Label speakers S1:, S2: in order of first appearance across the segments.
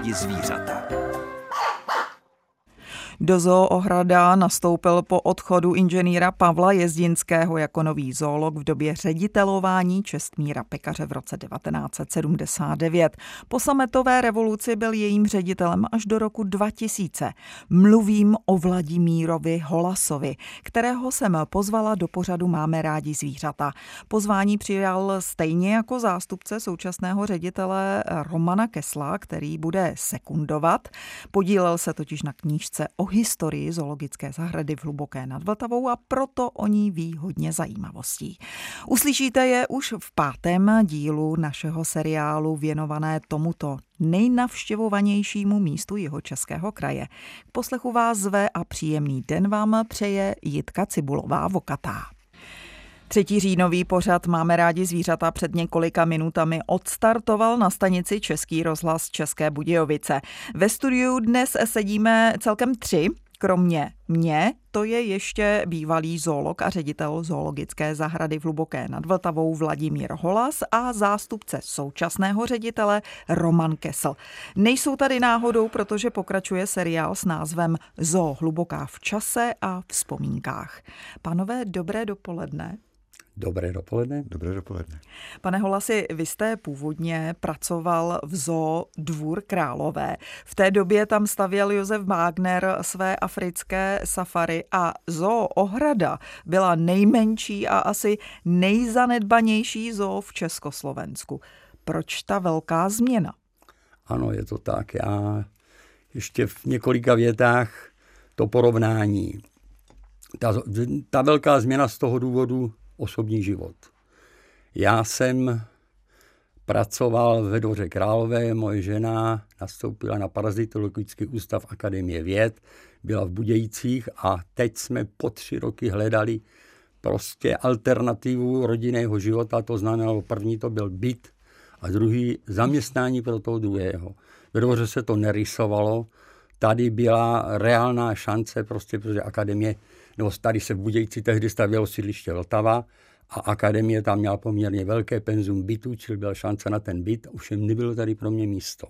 S1: rádi zvířata.
S2: Do Zoo Ohrada nastoupil po odchodu inženýra Pavla Jezdinského jako nový zoolog v době ředitelování Čestmíra Pekaře v roce 1979. Po sametové revoluci byl jejím ředitelem až do roku 2000. Mluvím o Vladimírovi Holasovi, kterého jsem pozvala do pořadu Máme rádi zvířata. Pozvání přijal stejně jako zástupce současného ředitele Romana Kessla, který bude sekundovat. Podílel se totiž na knížce o historii zoologické zahrady v Hluboké nad Vltavou a proto o ní ví hodně zajímavostí. Uslyšíte je už v 5. dílu našeho seriálu věnované tomuto nejnavštěvovanějšímu místu Jihočeského kraje. K poslechu vás zve a příjemný den vám přeje Jitka Cibulová-Vokatá. 3. říjnový pořad Máme rádi zvířata před několika minutami odstartoval na stanici Český rozhlas České Budějovice. Ve studiu dnes sedíme celkem 3, kromě mě, to je ještě bývalý zoolog a ředitel zoologické zahrady v Hluboké nad Vltavou Vladimír Holas a zástupce současného ředitele Roman Kessl. Nejsou tady náhodou, protože pokračuje seriál s názvem Zoo Hluboká v čase a vzpomínkách. Pánové, dobré dopoledne.
S3: Dobré dopoledne.
S4: Dobré dopoledne.
S2: Pane Holasi, vy jste původně pracoval v Zoo Dvůr Králové. V té době tam stavěl Josef Wagner své africké safari a Zoo Ohrada byla nejmenší a asi nejzanedbanější zoo v Československu. Proč ta velká změna?
S3: Ano, je to tak. Já ještě v několika větách to porovnání. Ta velká změna z toho důvodu osobní život. Já jsem pracoval ve Dvoře Králové, moje žena nastoupila na Parazitologický ústav Akademie věd, byla v Budějcích a teď jsme po 3 roky hledali prostě alternativu rodinného života, to znamenalo první to byl byt a druhý zaměstnání pro toho druhého. Ve Dvoře se to nerysovalo, tady byla reálná šance prostě, protože akademie, nebo tady se v Budějci tehdy stavělo sídliště Vltava a akademie tam měla poměrně velké penzum bytu, čili byla šance na ten byt, ovšem nebylo tady pro mě místo.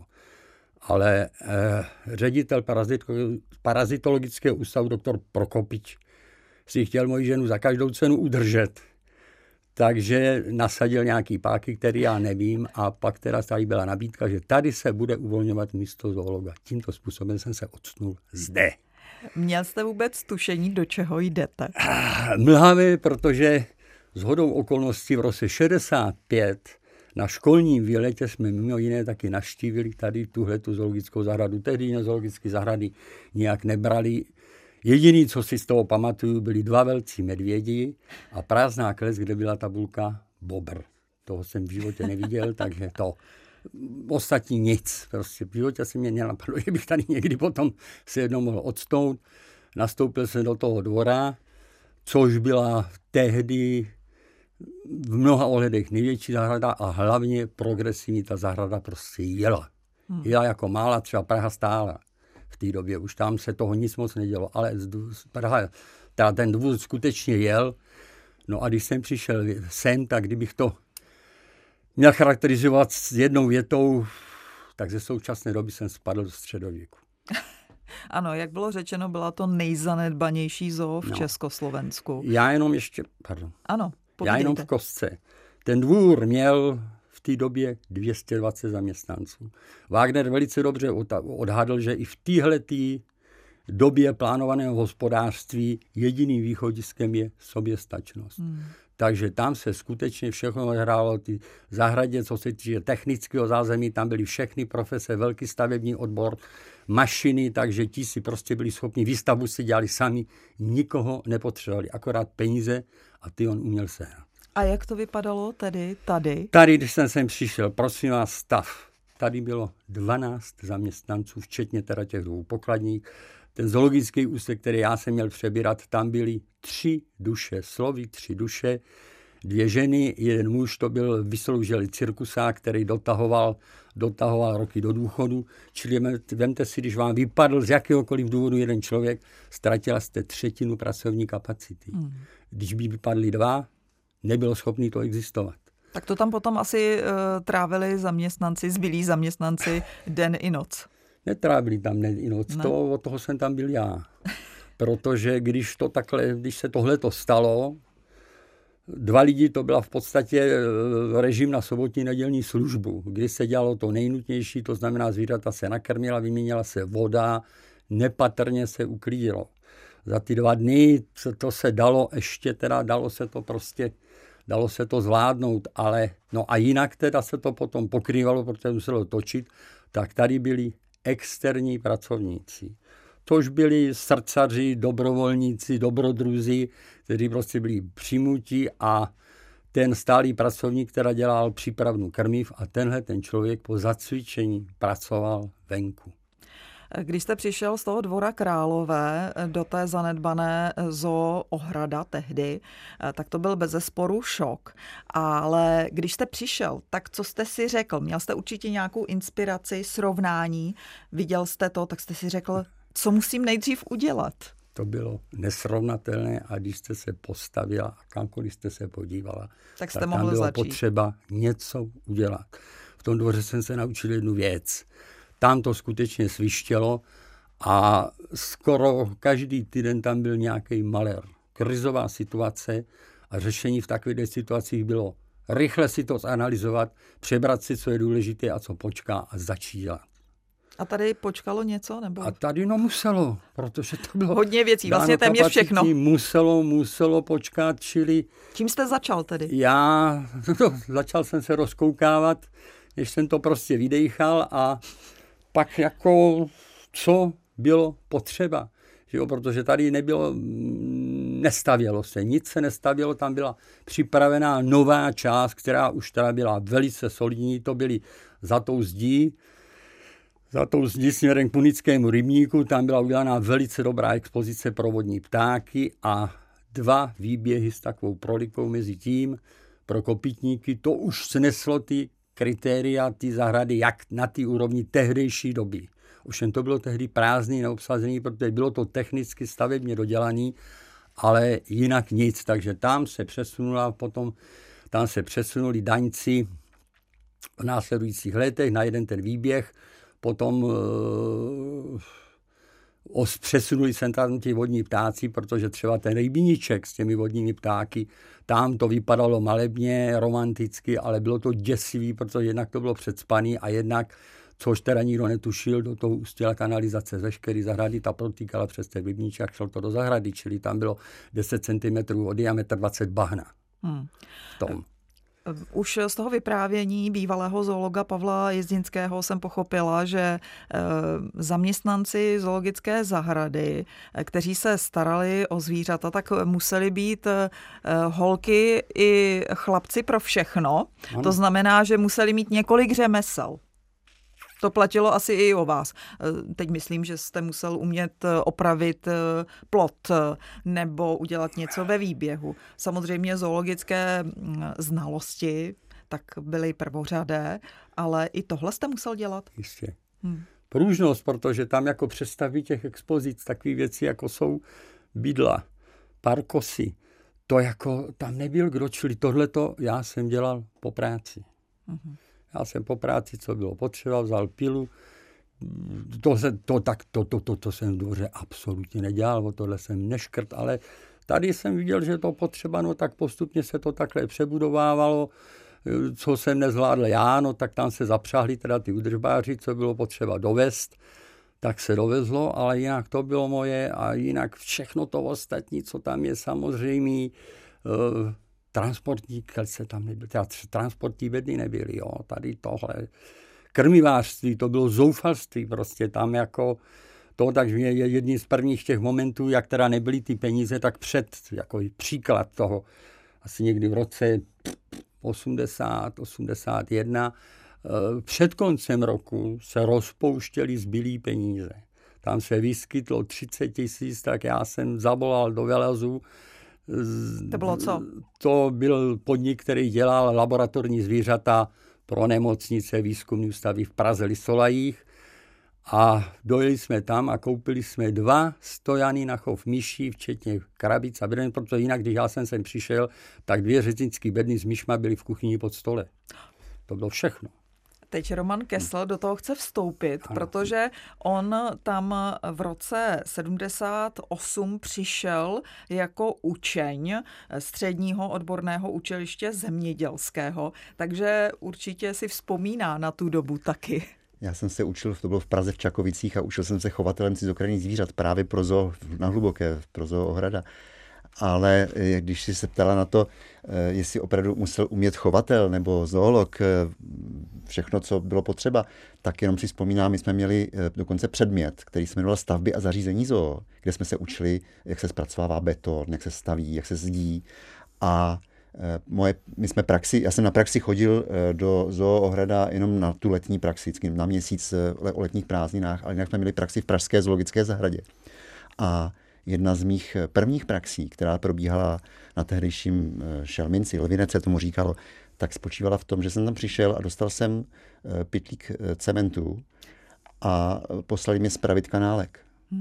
S3: Ale ředitel Parazitologického ústavu doktor Prokopič si chtěl moji ženu za každou cenu udržet. Takže nasadil nějaký páky, který já nevím, a pak teda tady byla nabídka, že tady se bude uvolňovat místo zoologa. Tímto způsobem jsem se odstnul zde.
S2: Měl jste vůbec tušení, do čeho jdete?
S3: Mlhavé, protože shodou okolností v roce 65 na školním výletě jsme mimo jiné taky navštívili tady tuhletu zoologickou zahradu. Tehdy na zoologické zahrady nijak nebrali. Jediný, co si z toho pamatuju, byli 2 velcí medvědi a prázdná kles, kde byla tabulka Bobr. Toho jsem v životě neviděl, takže to ostatní nic. Prostě v životě se mě nenapadlo, že bych tady někdy potom se jednou mohl odstout. Nastoupil jsem do toho dvora, což byla tehdy v mnoha ohledech největší zahrada a hlavně progresivní ta zahrada prostě jela. Jela jako mála, třeba Praha stála. V té době už tam se toho nic moc nedělo, ale Praha, ten dvůr skutečně jel. No a když jsem přišel sem, tak kdybych to měl charakterizovat s jednou větou, tak ze současné doby jsem spadl do středověku.
S2: Ano, jak bylo řečeno, byla to nejzanedbanější zoo v Československu.
S3: Já jenom ještě, pardon.
S2: Ano, povídejte.
S3: Já jenom v kostce. Ten dvůr měl v té době 220 zaměstnanců. Wagner velice dobře odhadl, že i v téhletý době plánovaného hospodářství jediným východiskem je soběstačnost. Takže tam se skutečně všechno hrálo, ty zahradě, co se týče technického zázemí, tam byly všechny profese, velký stavební odbor, mašiny, takže ti si prostě byli schopni, výstavbu si dělali sami, nikoho nepotřebovali, akorát peníze a ty on uměl sehnat.
S2: A jak to vypadalo tedy tady?
S3: Tady, když jsem sem přišel, prosím vás, stav. Tady bylo 12 zaměstnanců, včetně teda těch 2 pokladník. Ten zoologický úsek, který já jsem měl přebírat, tam byly 3 duše, slovy 3 duše, 2 ženy, 1 muž, to byl vysloužilý cirkusák, který dotahoval roky do důchodu. Čili vemte si, když vám vypadl z jakéhokoliv důvodu jeden člověk, ztratila jste 1/3 pracovní kapacity. Když by vypadli 2, nebylo schopný to existovat.
S2: Tak to tam potom asi trávili zaměstnanci, zbylí zaměstnanci den i noc.
S3: Netrávili tam noc, od toho jsem tam byl já. Protože když se tohleto stalo, 2 lidi, to byla v podstatě režim na sobotní nedělní službu, kdy se dělalo to nejnutnější, to znamená zvířata se nakrmila, vyměnila se voda, nepatrně se uklidilo. Za ty 2 dny to se dalo ještě, dalo se to zvládnout, ale no a jinak teda se to potom pokrývalo, protože muselo točit, tak tady byli externí pracovníci. Tož byli srdcaři, dobrovolníci, dobrodruzi, kteří prostě byli přijmutí a ten stálý pracovník, který dělal přípravnu krmiv a ten člověk po zacvičení pracoval venku.
S2: Když jste přišel z toho Dvora Králové do té zanedbané zoo Ohrada tehdy, tak to byl bezesporu šok. Ale když jste přišel, tak co jste si řekl? Měl jste určitě nějakou inspiraci, srovnání, viděl jste to, tak jste si řekl, co musím nejdřív udělat?
S3: To bylo nesrovnatelné a když jste se postavila a kamkoliv jste se podívala,
S2: tak jste
S3: tam
S2: mohli
S3: bylo
S2: začít.
S3: Potřeba něco udělat. V tom dvoře jsem se naučil jednu věc. Tam to skutečně svištělo a skoro každý týden tam byl nějaký malér. Krizová situace a řešení v takových situacích bylo rychle si to zanalyzovat, přebrat si, co je důležité a co počká a začít dělat.
S2: A tady počkalo něco? Nebo?
S3: A tady muselo, protože to bylo
S2: hodně věcí, vlastně téměř všechno.
S3: Muselo počkat, čili...
S2: Čím jste začal tedy?
S3: Začal jsem se rozkoukávat, než jsem to prostě vydejchal a pak jako co bylo potřeba, že jo? Protože tady nestavělo se, nic se nestavělo, tam byla připravená nová část, která už teda byla velice solidní, to byly za tou zdí směrem k Punickému rybníku, tam byla udělaná velice dobrá expozice pro vodní ptáky a 2 výběhy s takovou prolikou mezi tím pro kopytníky, to už sneslo ty kritéria, ty zahrady, jak na té úrovni tehdejší doby. Ovšem to bylo tehdy prázdný, neobsazený, protože bylo to technicky stavebně dodělaný, ale jinak nic. Takže tam se přesunuli daňci v následujících letech na jeden ten výběh, potom přesunuli se tam ti vodní ptáci, protože třeba ten rybníček s těmi vodními ptáky, tam to vypadalo malebně, romanticky, ale bylo to děsivý, protože jednak to bylo předspaný a jednak, což teda nikdo netušil, do toho ústila kanalizace z veškeré zahrady, ta protýkala přes ten rybníček a šlo to do zahrady, čili tam bylo 10 cm od diametr 20 bahna. V tom.
S2: Už z toho vyprávění bývalého zoologa Pavla Jezdinského jsem pochopila, že zaměstnanci zoologické zahrady, kteří se starali o zvířata, tak museli být holky i chlapci pro všechno. Ano. To znamená, že museli mít několik řemesel. To platilo asi i o vás. Teď myslím, že jste musel umět opravit plot nebo udělat něco ve výběhu. Samozřejmě zoologické znalosti tak byly prvořadé, ale i tohle jste musel dělat.
S3: Jistě. Pružnost, protože tam jako představí těch expozic takové věci, jako jsou bydla, parkosy, to jako tam nebyl kdo, čili tohleto já jsem dělal po práci. Já jsem po práci, co bylo potřeba, vzal pilu. To jsem v dvoře absolutně nedělal, o tohle jsem neškrt, ale tady jsem viděl, že to potřeba, no tak postupně se to takhle přebudovávalo, co jsem nezvládl já, no tak tam se zapřáhli teda ty údržbáři, co bylo potřeba dovést, tak se dovezlo, ale jinak to bylo moje a jinak všechno to ostatní, co tam je samozřejmě, transportní kelce tam nebyly, transportní bedny nebyly, jo, tady tohle. Krmivářství, to bylo zoufalství prostě tam jako to, takže je jedním z prvních těch momentů, jak teda nebyly ty peníze, tak jako příklad toho, asi někdy v roce 81, před koncem roku se rozpouštěly zbylý peníze. Tam se vyskytlo 30 000, tak já jsem zavolal do Velezu.
S2: To bylo co?
S3: To byl podnik, který dělal laboratorní zvířata pro nemocnice, výzkumné ústavy v Praze, Lisolajích. A dojeli jsme tam a koupili jsme 2 stojany na chov myší, včetně krabic a beden, protože jinak, když já jsem sem přišel, tak 2 řeznické bedny s myšma byly v kuchyni pod stole. To bylo všechno.
S2: Teď Roman Kessel do toho chce vstoupit, protože on tam v roce 78 přišel jako učeň středního odborného učiliště zemědělského, takže určitě si vzpomíná na tu dobu taky.
S1: Já jsem se učil, to bylo v Praze v Čakovicích a učil jsem se chovatelem cizokrajných zvířat právě pro zoo na Hluboké, pro zoo Ohrada. Ale když jsi se ptala na to, jestli opravdu musel umět chovatel nebo zoolog, všechno, co bylo potřeba, tak jenom si vzpomínám, my jsme měli dokonce předmět, který se jmenoval stavby a zařízení zoo, kde jsme se učili, jak se zpracovává beton, jak se staví, jak se zdí. A já jsem na praxi chodil do zoo Ohrada jenom na tu letní praxi, na měsíc o letních prázdninách, ale jinak jsme měli praxi v pražské zoologické zahradě. A jedna z mých prvních praxí, která probíhala na tehdejším Šelminci, Lvinec se tomu říkalo, tak spočívala v tom, že jsem tam přišel a dostal jsem pytlík cementu a poslali mě spravit kanálek.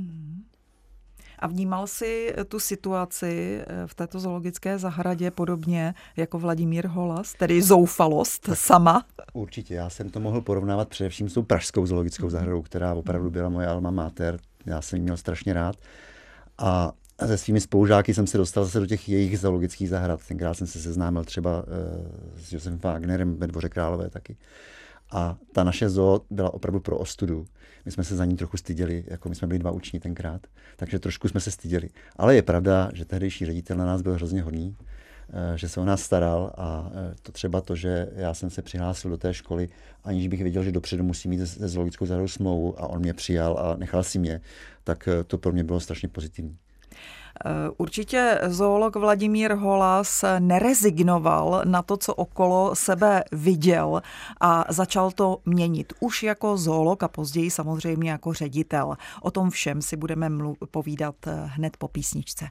S2: A vnímal jsi tu situaci v této zoologické zahradě podobně jako Vladimír Holas, tedy zoufalost sama?
S1: Určitě, já jsem to mohl porovnávat především s tou pražskou zoologickou zahradou, která opravdu byla moje alma mater. Já jsem ji měl strašně rád. A se svými spolužáky jsem se dostal zase do těch jejich zoologických zahrad. Tenkrát jsem se seznámil třeba s Josefem Wagnerem ve Dvoře Králové taky. A ta naše zoo byla opravdu pro ostudu. My jsme se za ní trochu styděli, jako my jsme byli 2 uční tenkrát, takže trošku jsme se styděli. Ale je pravda, že tehdejší ředitel na nás byl hrozně hodný, že se o nás staral a to třeba to, že já jsem se přihlásil do té školy, aniž bych věděl, že dopředu musím mít se zoologickou zahradou smlouvu a on mě přijal a nechal si mě, tak to pro mě bylo strašně pozitivní.
S2: Určitě zoolog Vladimír Holas nerezignoval na to, co okolo sebe viděl a začal to měnit. Už jako zoolog a později samozřejmě jako ředitel. O tom všem si budeme povídat hned po písničce.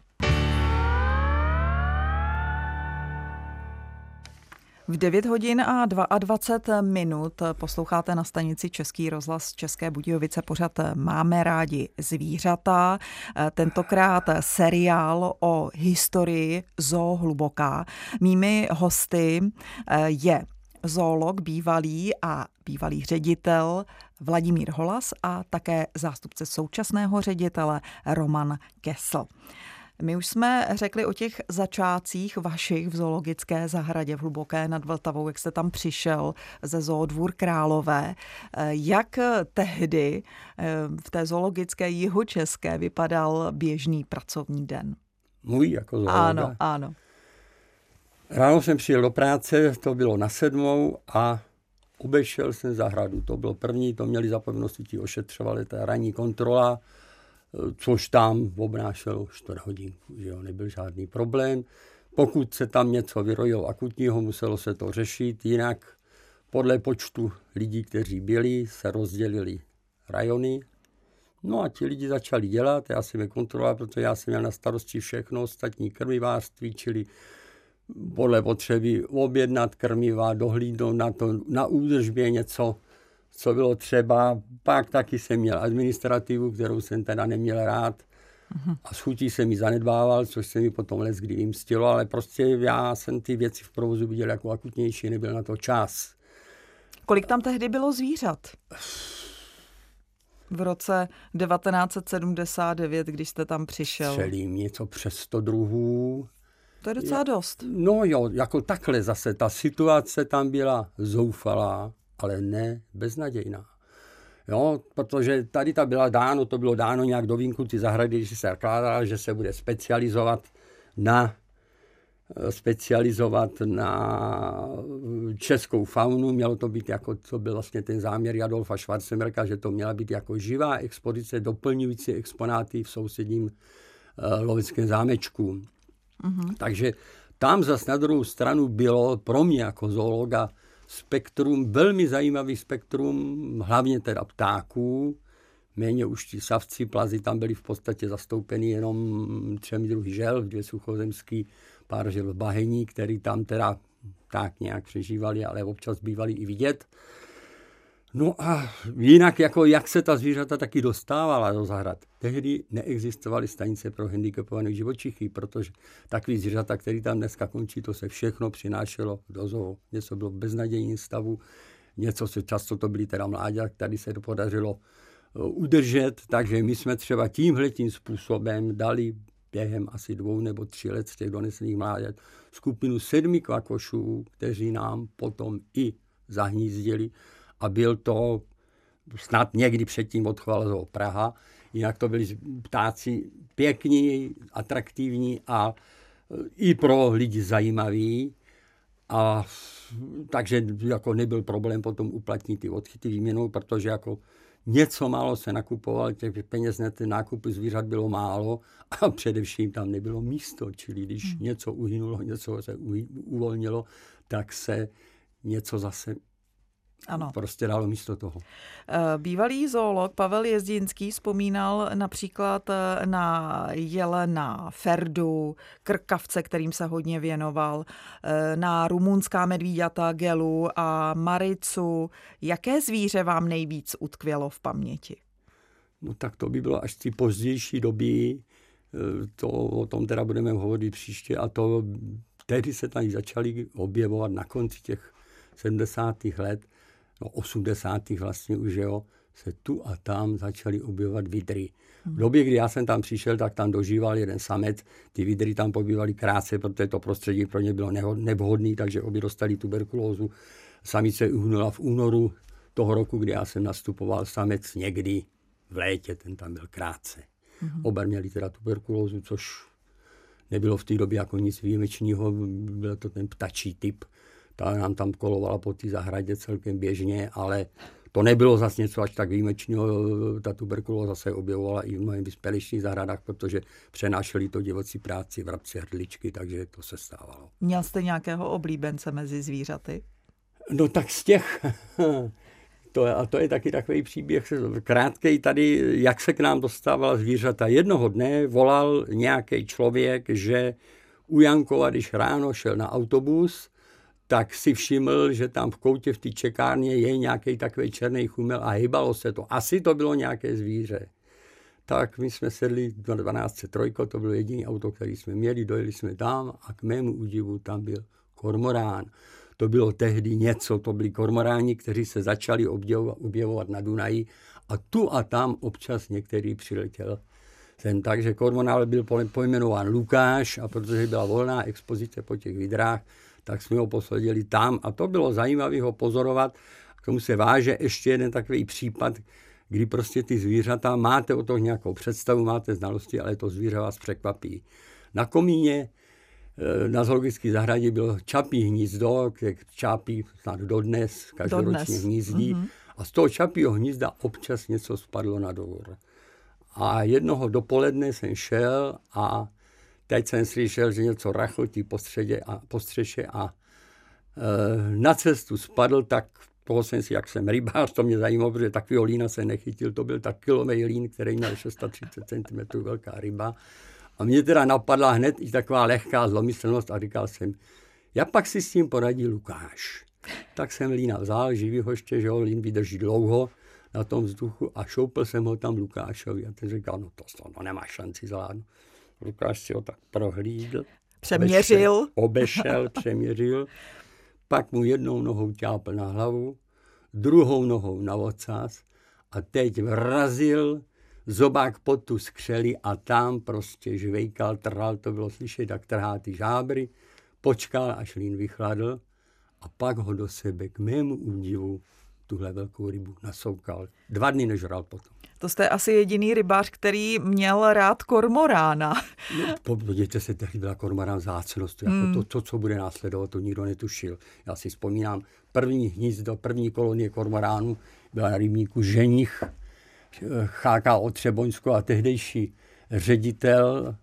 S2: V 9 hodin a 22 minut posloucháte na stanici Český rozhlas České Budějovice pořad Máme rádi zvířata. Tentokrát seriál o historii Zoo Hluboká. Mými hosty je zoolog bývalý ředitel Vladimír Holas a také zástupce současného ředitele Roman Kessel. My už jsme řekli o těch začátcích vašich v zoologické zahradě v Hluboké nad Vltavou, jak jste tam přišel ze zoo Dvůr Králové. Jak tehdy v té zoologické jihočeské vypadal běžný pracovní den?
S3: Můj jako zoologa?
S2: Ano.
S3: Ráno jsem přijel do práce, to bylo na 7 a obešel jsem zahradu. To bylo první, to měli za povinnosti ti ošetřovali, ta ranní kontrola, což tam obnášelo 4 hodinku, že jo, nebyl žádný problém. Pokud se tam něco vyrojilo akutního, muselo se to řešit, jinak podle počtu lidí, kteří byli, se rozdělili rajony. No a ti lidi začali dělat, já jsem je kontroloval, protože já jsem měl na starosti všechno ostatní krmivářství, čili podle potřeby objednat krmiva, dohlídnout na to, na údržbě něco, co bylo třeba. Pak taky jsem měl administrativu, kterou jsem teda neměl rád a s chutí jsem ji zanedbával, což se mi potom leckdy vymstilo, ale prostě já jsem ty věci v provozu viděl jako akutnější, nebyl na to čas.
S2: Kolik tam tehdy bylo zvířat? V roce 1979, když jste tam přišel.
S3: Celým něco přes 100 druhů.
S2: To je docela dost.
S3: No jo, jako takhle zase. Ta situace tam byla zoufalá, ale ne beznadějná. Jo, protože tady to bylo dáno nějak do vínku ty zahrady, když se zakládala, že se bude specializovat na českou faunu. Mělo to být jako, co byl vlastně ten záměr Adolfa Schwarzenberga, že to měla být jako živá expozice, doplňující exponáty v sousedním loveckém zámečku. Takže tam zase na druhou stranu bylo pro mě jako zoologa spektrum, velmi zajímavý spektrum, hlavně teda ptáků, méně už ti savci, plazy tam byly v podstatě zastoupeny jenom 3 druhy želv, 2 suchozemský, pár želv bahení, který tam teda tak nějak přežívali, ale občas bývali i vidět. No a jinak, jako jak se ta zvířata taky dostávala do zahrad. Tehdy neexistovaly stanice pro handicapované živočichy, protože takový zvířata, který tam dneska končí, to se všechno přinášelo do zoo. Něco bylo v beznadějném stavu. něco se často to byly teda mláďata, tady se to podařilo udržet, takže my jsme třeba tímhletím způsobem dali během asi 2 nebo 3 let z těch donesených mláďat skupinu 7 kvakošů, kteří nám potom i zahnízdili a byl to snad někdy předtím odchovala Praha, jinak to byli ptáci pěkní, atraktivní a i pro lidi zajímaví. A takže jako nebyl problém potom uplatnit ty odchyty výměnou, protože jako něco málo se nakupoval, těch peněz na ty nákupy zvířat bylo málo a především tam nebylo místo, čili když něco uhynulo, něco se uvolnilo, tak se něco zase prostě dalo místo toho.
S2: Bývalý zoolog Pavel Jezdinský vzpomínal například na jelena, ferdu, krkavce, kterým se hodně věnoval, na rumunská medvíďata, gelu a maricu. Jaké zvíře vám nejvíc utkvělo v paměti?
S3: No tak to by bylo až ty pozdější doby, o tom teda budeme hovořit příště a to tehdy se tady začaly objevovat na konci těch 70. let, 80. vlastně už, se tu a tam začaly objevovat vydry. V době, kdy já jsem tam přišel, tak tam dožíval jeden samec, ty vydry tam pobývaly krátce, protože to prostředí pro ně bylo nevhodné, takže obě dostali tuberkulózu. Samice uhnula v únoru toho roku, kdy já jsem nastupoval, samec někdy v létě, ten tam byl krátce. Oba měli teda tuberkulózu, což nebylo v té době jako nic výjimečného, byl to ten ptačí typ. Ta nám tam kolovala po té zahradě celkem běžně, ale to nebylo zase něco až tak výjimečného. Ta tuberkulóza se objevovala i v mnohem vyspělejších zahradách, protože přenášeli to divocí práci, vrabci, hrdličky, takže to se stávalo.
S2: Měl jste nějakého oblíbence mezi zvířaty?
S3: No tak z těch... To je taky takový příběh krátkej tady, jak se k nám dostávala zvířata. Jednoho dne volal nějaký člověk, že u Jankova, když ráno šel na autobus, tak si všiml, že tam v koutě v té čekárně je nějaký takový černý chumel a hýbalo se to. Asi to bylo nějaké zvíře. Tak my jsme sedli do 1203, to bylo jediné auto, které jsme měli, dojeli jsme tam a k mému údivu tam byl kormorán. To bylo tehdy něco, to byli kormoráni, kteří se začali objevovat na Dunaji a tu a tam občas některý přiletěl sem. Takže kormorán byl pojmenován Lukáš a protože byla volná expozice po těch vidrách, tak jsme ho posadili tam a to bylo zajímavé ho pozorovat. K tomu se váže ještě jeden takový případ, kdy prostě ty zvířata, máte o tom nějakou představu, máte znalosti, ale to zvíře vás překvapí. Na komíně na zoologické zahradě bylo čapí hnízdo, kde čápí snad dodnes každoročně hnízdí. A z toho čapího hnízda občas něco spadlo na dvůr. A jednoho dopoledne jsem šel a teď jsem slyšel, že něco rachlotí po střeše a na cestu spadl, tak toho jsem si, jak jsem rybář, to mě zajímalo, protože takového lína se nechytil, to byl tak kilový lín, který měl 630 cm velká ryba. A mě teda napadla hned i taková lehká zlomyslnost a říkal jsem, já pak si s tím poradí Lukáš. Tak jsem lína vzal, živýho ještě, že lín vydrží dlouho na tom vzduchu a šoupil jsem ho tam Lukášovi. A ten říkal, no to nemá šanci zvládnout. Lukáš si ho tak prohlídl.
S2: Přeměřil.
S3: Obešel, přeměřil. Pak mu jednou nohou ťápl na hlavu, druhou nohou na ocas a teď vrazil zobák pod tu skřeli a tam prostě žvejkal, trhal, to bylo slyšet, jak trhá ty žábry, počkal, až lín vychladl a pak ho do sebe k mému údivu tuhle velkou rybu nasoukal. 2 dny nežral potom.
S2: To jste asi jediný rybář, který měl rád kormorána.
S3: No, podívejte se, tehdy byla kormorán vzácnost. Jako to, co bude následovat, to nikdo netušil. Já si vzpomínám, první hnízdo, první kolonie kormoránů byla na rybníku Ženich, CHKO Třeboňsko a tehdejší ředitel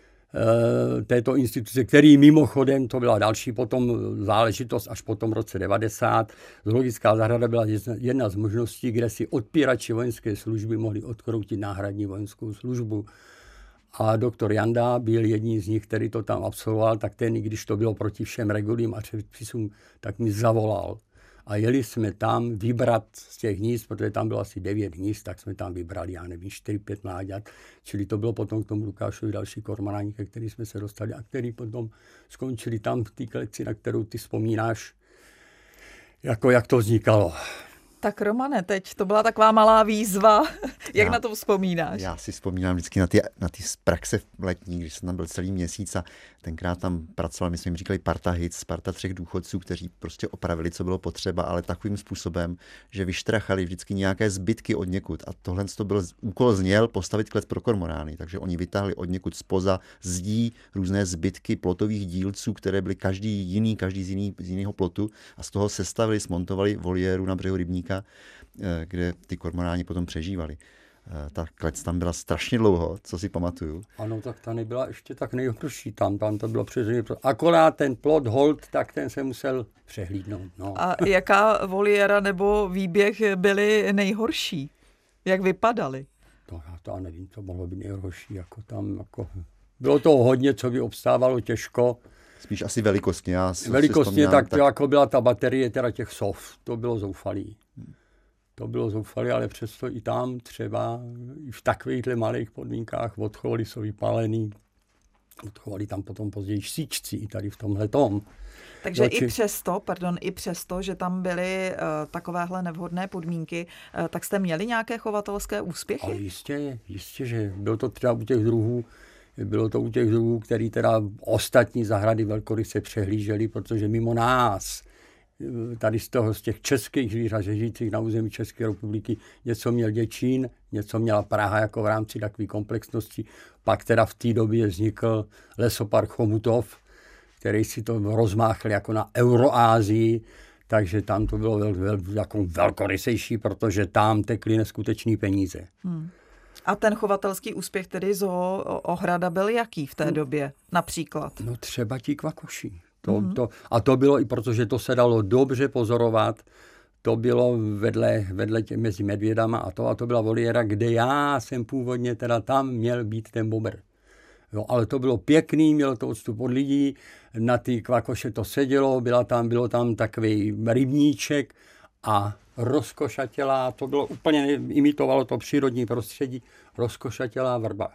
S3: této instituce, který mimochodem, to byla další potom záležitost až po tom roce 90. Zoologická zahrada byla jedna z možností, kde si odpírači vojenské služby mohli odkroutit náhradní vojenskou službu. A doktor Janda byl jedním z nich, který to tam absolvoval, tak ten, i když to bylo proti všem regulím a předpisům, tak mi zavolal. A jeli jsme tam vybrat z těch hnízd, protože tam bylo asi 9 hnízd, tak jsme tam vybrali, já nevím, 4-5 mláďat. Čili to bylo potom k tomu Lukášovi další kormoráni, ke který jsme se dostali a který potom skončili tam v té kleci, na kterou ty vzpomínáš. jak to vznikalo.
S2: Tak Romane, teď to byla taková malá výzva. Jak na to vzpomínáš?
S1: Já si vzpomínám vždycky na ty praxe letní, když jsem tam byl celý měsíc a tenkrát tam pracoval, my jsme jim říkali parta hits, parta 3 důchodců, kteří prostě opravili, co bylo potřeba, ale takovým způsobem, že vyštrachali vždycky nějaké zbytky od někud. A tohle to byl úkol zněl postavit klec pro kormorány, takže oni vytáhli od někud spoza zdí různé zbytky plotových dílců, které byly každý z jiného plotu a z toho sestavili, smontovali voliéru na břehu rybníka, kde ty kormoráni potom přežívali. Ta klec tam byla strašně dlouho, co si pamatuju.
S3: Ano, tak ta nebyla ještě tak nejhorší. Tam to bylo přeřežené. Akorát ten plot hold, tak ten se musel přehlídnout. No.
S2: A jaká voliéra nebo výběh byly nejhorší? Jak vypadaly?
S3: To já nevím, co mohlo být nejhorší. Bylo toho hodně, co by obstávalo těžko.
S1: Spíš asi velikostně.
S3: Velikostně, tak to jako byla ta baterie teda těch sov. To bylo zoufalý. Ale přesto i tam třeba i v takovýchhle malých podmínkách odchovali jsou vypálený. Odchovali tam potom později síčci i tady v tomhletom.
S2: Takže i přesto, že tam byly takovéhle nevhodné podmínky, tak jste měli nějaké chovatelské úspěchy?
S3: Ale jistě, že bylo to třeba u těch druhů, který teda ostatní zahrady velkoryse přehlíželi, protože mimo nás, tady z těch českých zvířat, žijících na území České republiky, něco měl Děčín, něco měla Praha jako v rámci takové komplexnosti. Pak teda v té době vznikl lesopark Chomutov, který si to rozmáchl jako na Euroázii, takže tam to bylo jako velkorysejší, protože tam tekly neskutečné peníze.
S2: A ten chovatelský úspěch tedy Ohrada byl jaký v té době například?
S3: No třeba ti kvakoši. A to bylo i protože to se dalo dobře pozorovat. To bylo vedle mezi medvědama a to byla voliéra, kde já jsem původně teda tam měl být ten bobr. Jo, ale to bylo pěkný, mělo to odstup od lidí, na ty kvakoše to sedělo, bylo tam takový rybníček a rozkošatělá, to bylo úplně, imitovalo to přírodní prostředí, rozkošatělá vrba.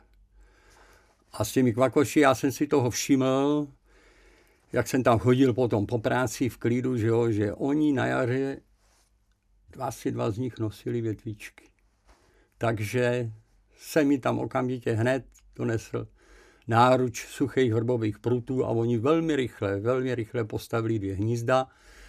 S3: A s těmi kvakoši já jsem si toho všiml, jak jsem tam chodil potom po práci v klidu, že oni na jaře asi 2 z nich nosili větvičky. Takže se mi tam okamžitě hned donesl náruč suchých vrbových prutů a oni velmi rychle postavili 2 hnízda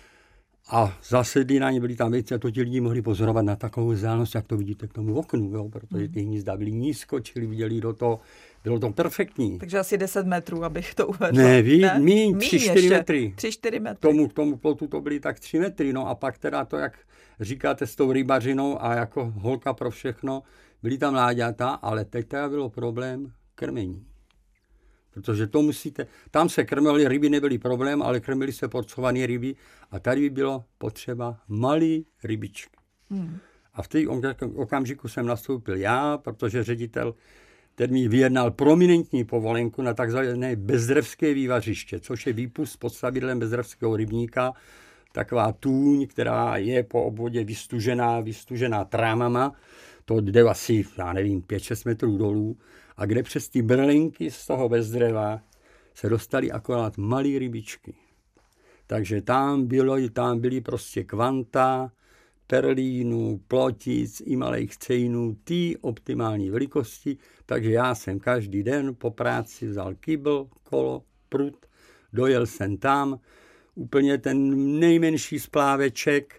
S3: a zasedli na ně, byli tam věci a to ti lidi mohli pozorovat na takovou vzdálenost, jak to vidíte k tomu oknu, jo, protože ty hnízda byly nízko, čili viděli do toho, bylo to perfektní.
S2: Takže asi 10 metrů, abych to uvedl.
S3: Ne, míň 3-4 metry.
S2: 3-4 metry.
S3: K tomu plotu to byly tak 3 metry, no a pak teda to, jak říkáte, s tou rybařinou a jako holka pro všechno, byly tam láďata, ale teď teda bylo problém krmení. Protože to musíte, tam se krmily ryby, nebyly problém, ale krmily se porcované ryby a tady by bylo potřeba malý rybičky. A v té okamžiku jsem nastoupil já, protože ředitel ten mi vyjednal prominentní povolenku na takzvané bezdrevské vývařiště, což je výpust pod stavidlem bezdrevského rybníka, taková tůň, která je po obvodě vystužená trámama, to jde asi, 5-6 metrů dolů, a kde přes ty brlinky z toho bezdreva se dostaly akorát malé rybičky. Takže tam byly prostě kvanta, perlínů, plotic i malých cejnů, ty optimální velikosti, takže já jsem každý den po práci vzal kybl, kolo, prut, dojel jsem tam, úplně ten nejmenší spláveček,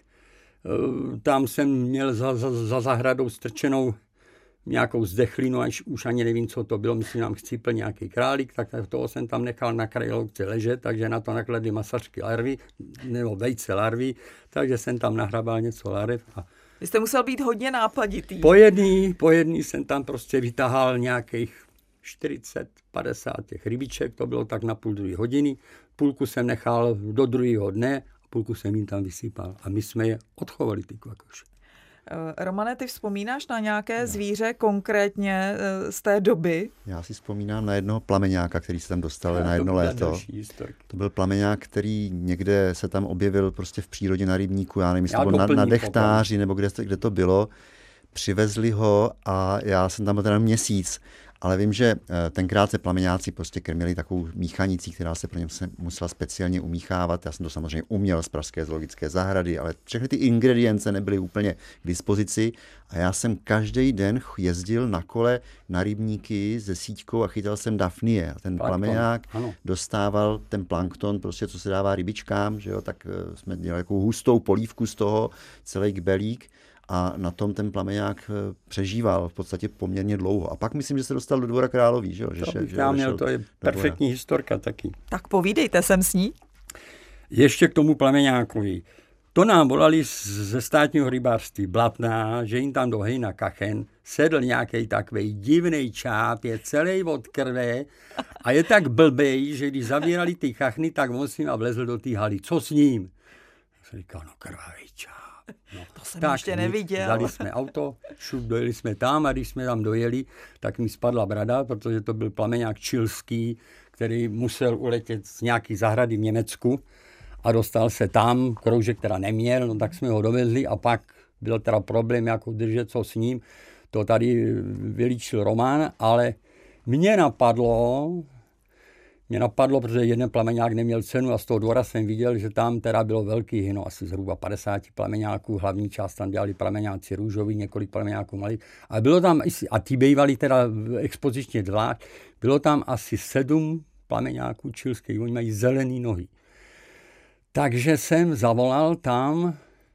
S3: tam jsem měl za zahradou strčenou nějakou zdechlinu, až už ani nevím, co to bylo, myslím, nám chcípl nějaký králík, tak toho jsem tam nechal na kraji louce ležet, takže na to nakladli masačky larvy, nebo vejce larvy, takže jsem tam nahrabal něco larev.
S2: Vy jste musel být hodně nápaditý.
S3: Po jedný jsem tam prostě vytahal nějakých 40-50 těch rybiček, to bylo tak na 1,5 hodiny, půlku jsem nechal do druhého dne a půlku jsem jim tam vysypal a my jsme je odchovali, ty kvakoše.
S2: Romane, ty vzpomínáš na nějaké zvíře konkrétně z té doby?
S1: Já si vzpomínám na jednoho plameňáka, který se tam dostal na jedno léto. To byl plameňák, který někde se tam objevil prostě v přírodě na rybníku, já nevím, jestli to bylo na Dechtáři, nebo kde to bylo. Přivezli ho a já jsem tam byl teda měsíc ale vím, že tenkrát se plameňáci prostě krmili takovou míchanicí, která se pro ně musela speciálně umíchávat. Já jsem to samozřejmě uměl z pražské zoologické zahrady, ale všechny ty ingredience nebyly úplně k dispozici a já jsem každý den jezdil na kole na rybníky se síťkou a chytal jsem dafnie. A ten plameňák dostával ten plankton, prostě co se dává rybičkám, že jo, tak jsme dělali takovou hustou polívku z toho, celý kbelík. A na tom ten plameňák přežíval v podstatě poměrně dlouho. A pak myslím, že se dostal do Dvora Králový. Že?
S3: To je perfektní historka taky.
S2: Tak povídejte, jsem s ní.
S3: Ještě k tomu plameňákovi. To nám volali ze státního rybářství Blatná, že jim tam do hejna kachen sedl nějaký takovej divnej čáp, je celý od krve a je tak blbej, že když zavírali ty kachny, tak on s ním a vlezl do té haly. Co s ním? Jsem říkal, no krvavý čáp.
S2: No, to jsem ještě neviděl.
S3: Dali jsme auto, dojeli jsme tam a když jsme tam dojeli, tak mi spadla brada, protože to byl plameňák čilský, který musel uletět z nějaký zahrady v Německu a dostal se tam, kroužek teda neměl, no tak jsme ho dovezli a pak byl teda problém, jako držet co s ním. To tady vylíčil Roman, ale mě napadlo, protože jeden plameňák neměl cenu a z toho dvora jsem viděl, že tam teda bylo velký hyno, asi zhruba 50 plameňáků, hlavní část tam dělali plameňáci růžoví, několik plameňáků malých. A bylo tam, a ty bývali teda expozičně zvlášť, bylo tam asi 7 plameňáků čilských, oni mají zelený nohy. Takže jsem zavolal tam,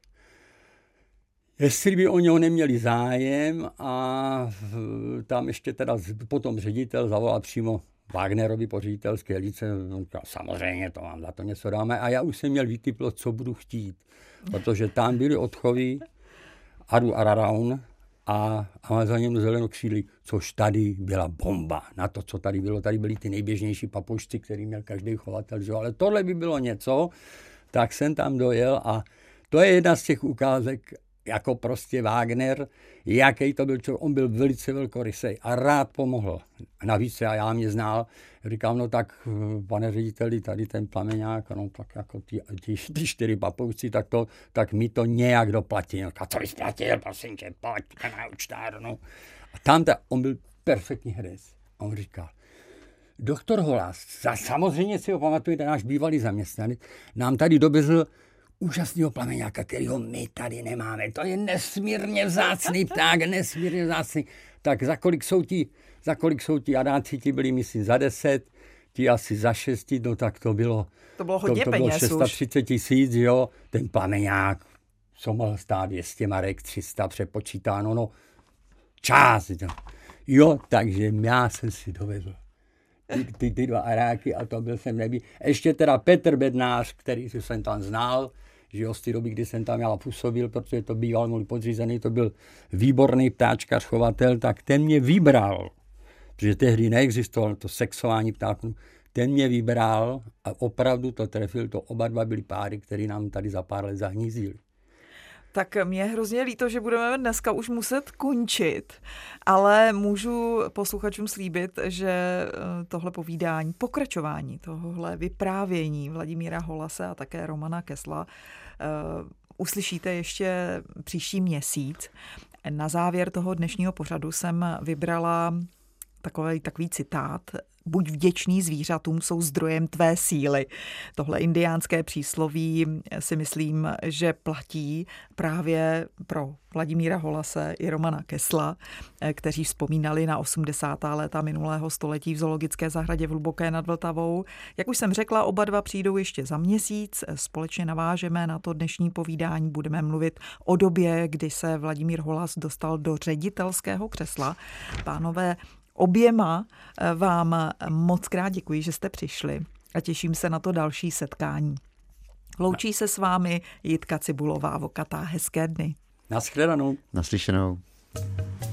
S3: jestli by o něho neměli zájem a tam ještě teda potom ředitel zavolal přímo Wagnerovi po ředitelské líce, samozřejmě to vám za to něco dáme a já už jsem měl vytyplo, co budu chtít, protože tam byly odchovy Aru Araraun a Amazoněm zelenokřídlí, což tady byla bomba na to, co tady bylo. Tady byly ty nejběžnější papušci, který měl každý chovatel, že? Ale tohle by bylo něco, tak jsem tam dojel a to je jedna z těch ukázek, jako prostě Wagner, jaký to byl člověk, on byl velice velkorysej a rád pomohl. Navíc já mě znal, říkám, no tak pane řediteli, tady ten plameňák, no tak jako ty 4 papouci, tak mi to nějak doplatí. No, a co jsi platil, prosím tě, pojď na účtárnu. A tam on byl perfektní herec. A on říkal, doktor Holas, samozřejmě si ho pamatujete, náš bývalý zaměstnanec, nám tady dovezl úžasného plameňáka, kterýho my tady nemáme. To je nesmírně vzácný pták, nesmírně vzácný. Tak za kolik jsou ti Adáci, ti byli, myslím, za 10, ti asi za 6, no tak to bylo
S2: hodně peněz už.
S3: 630 000, jo. Ten plameňák, co mohl stát 200 marek, 300 přepočítáno, no část. Jo, takže já jsem si dovedl ty 2 Aráky a to byl jsem nebý. Ještě teda Petr Bednář, který jsem tam znal, že jo, z té doby, kdy jsem tam já působil, protože to býval můj podřízený, to byl výborný ptáčkař, chovatel, tak ten mě vybral, protože tehdy neexistovalo to sexování ptáků, ten mě vybral a opravdu to trefil, to oba dva byli páry, který nám tady za pár let zahnízili.
S2: Tak mě je hrozně líto, že budeme dneska už muset končit, ale můžu posluchačům slíbit, že tohle povídání, pokračování tohohle vyprávění Vladimíra Holase a také Romana Kessla uslyšíte ještě příští měsíc. Na závěr toho dnešního pořadu jsem vybrala takový citát. Buď vděčný zvířatům, jsou zdrojem tvé síly. Tohle indiánské přísloví si myslím, že platí právě pro Vladimíra Holase i Romana Kessla, kteří vzpomínali na 80. léta minulého století v zoologické zahradě v Hluboké nad Vltavou. Jak už jsem řekla, oba dva přijdou ještě za měsíc. Společně navážeme na to dnešní povídání. Budeme mluvit o době, kdy se Vladimír Holas dostal do ředitelského křesla. Pánové, oběma vám moc krát děkuji, že jste přišli a těším se na to další setkání. Loučí se s vámi Jitka Cibulová Vokatá. Hezké dny.
S3: Naschledanou.
S1: Naslyšenou.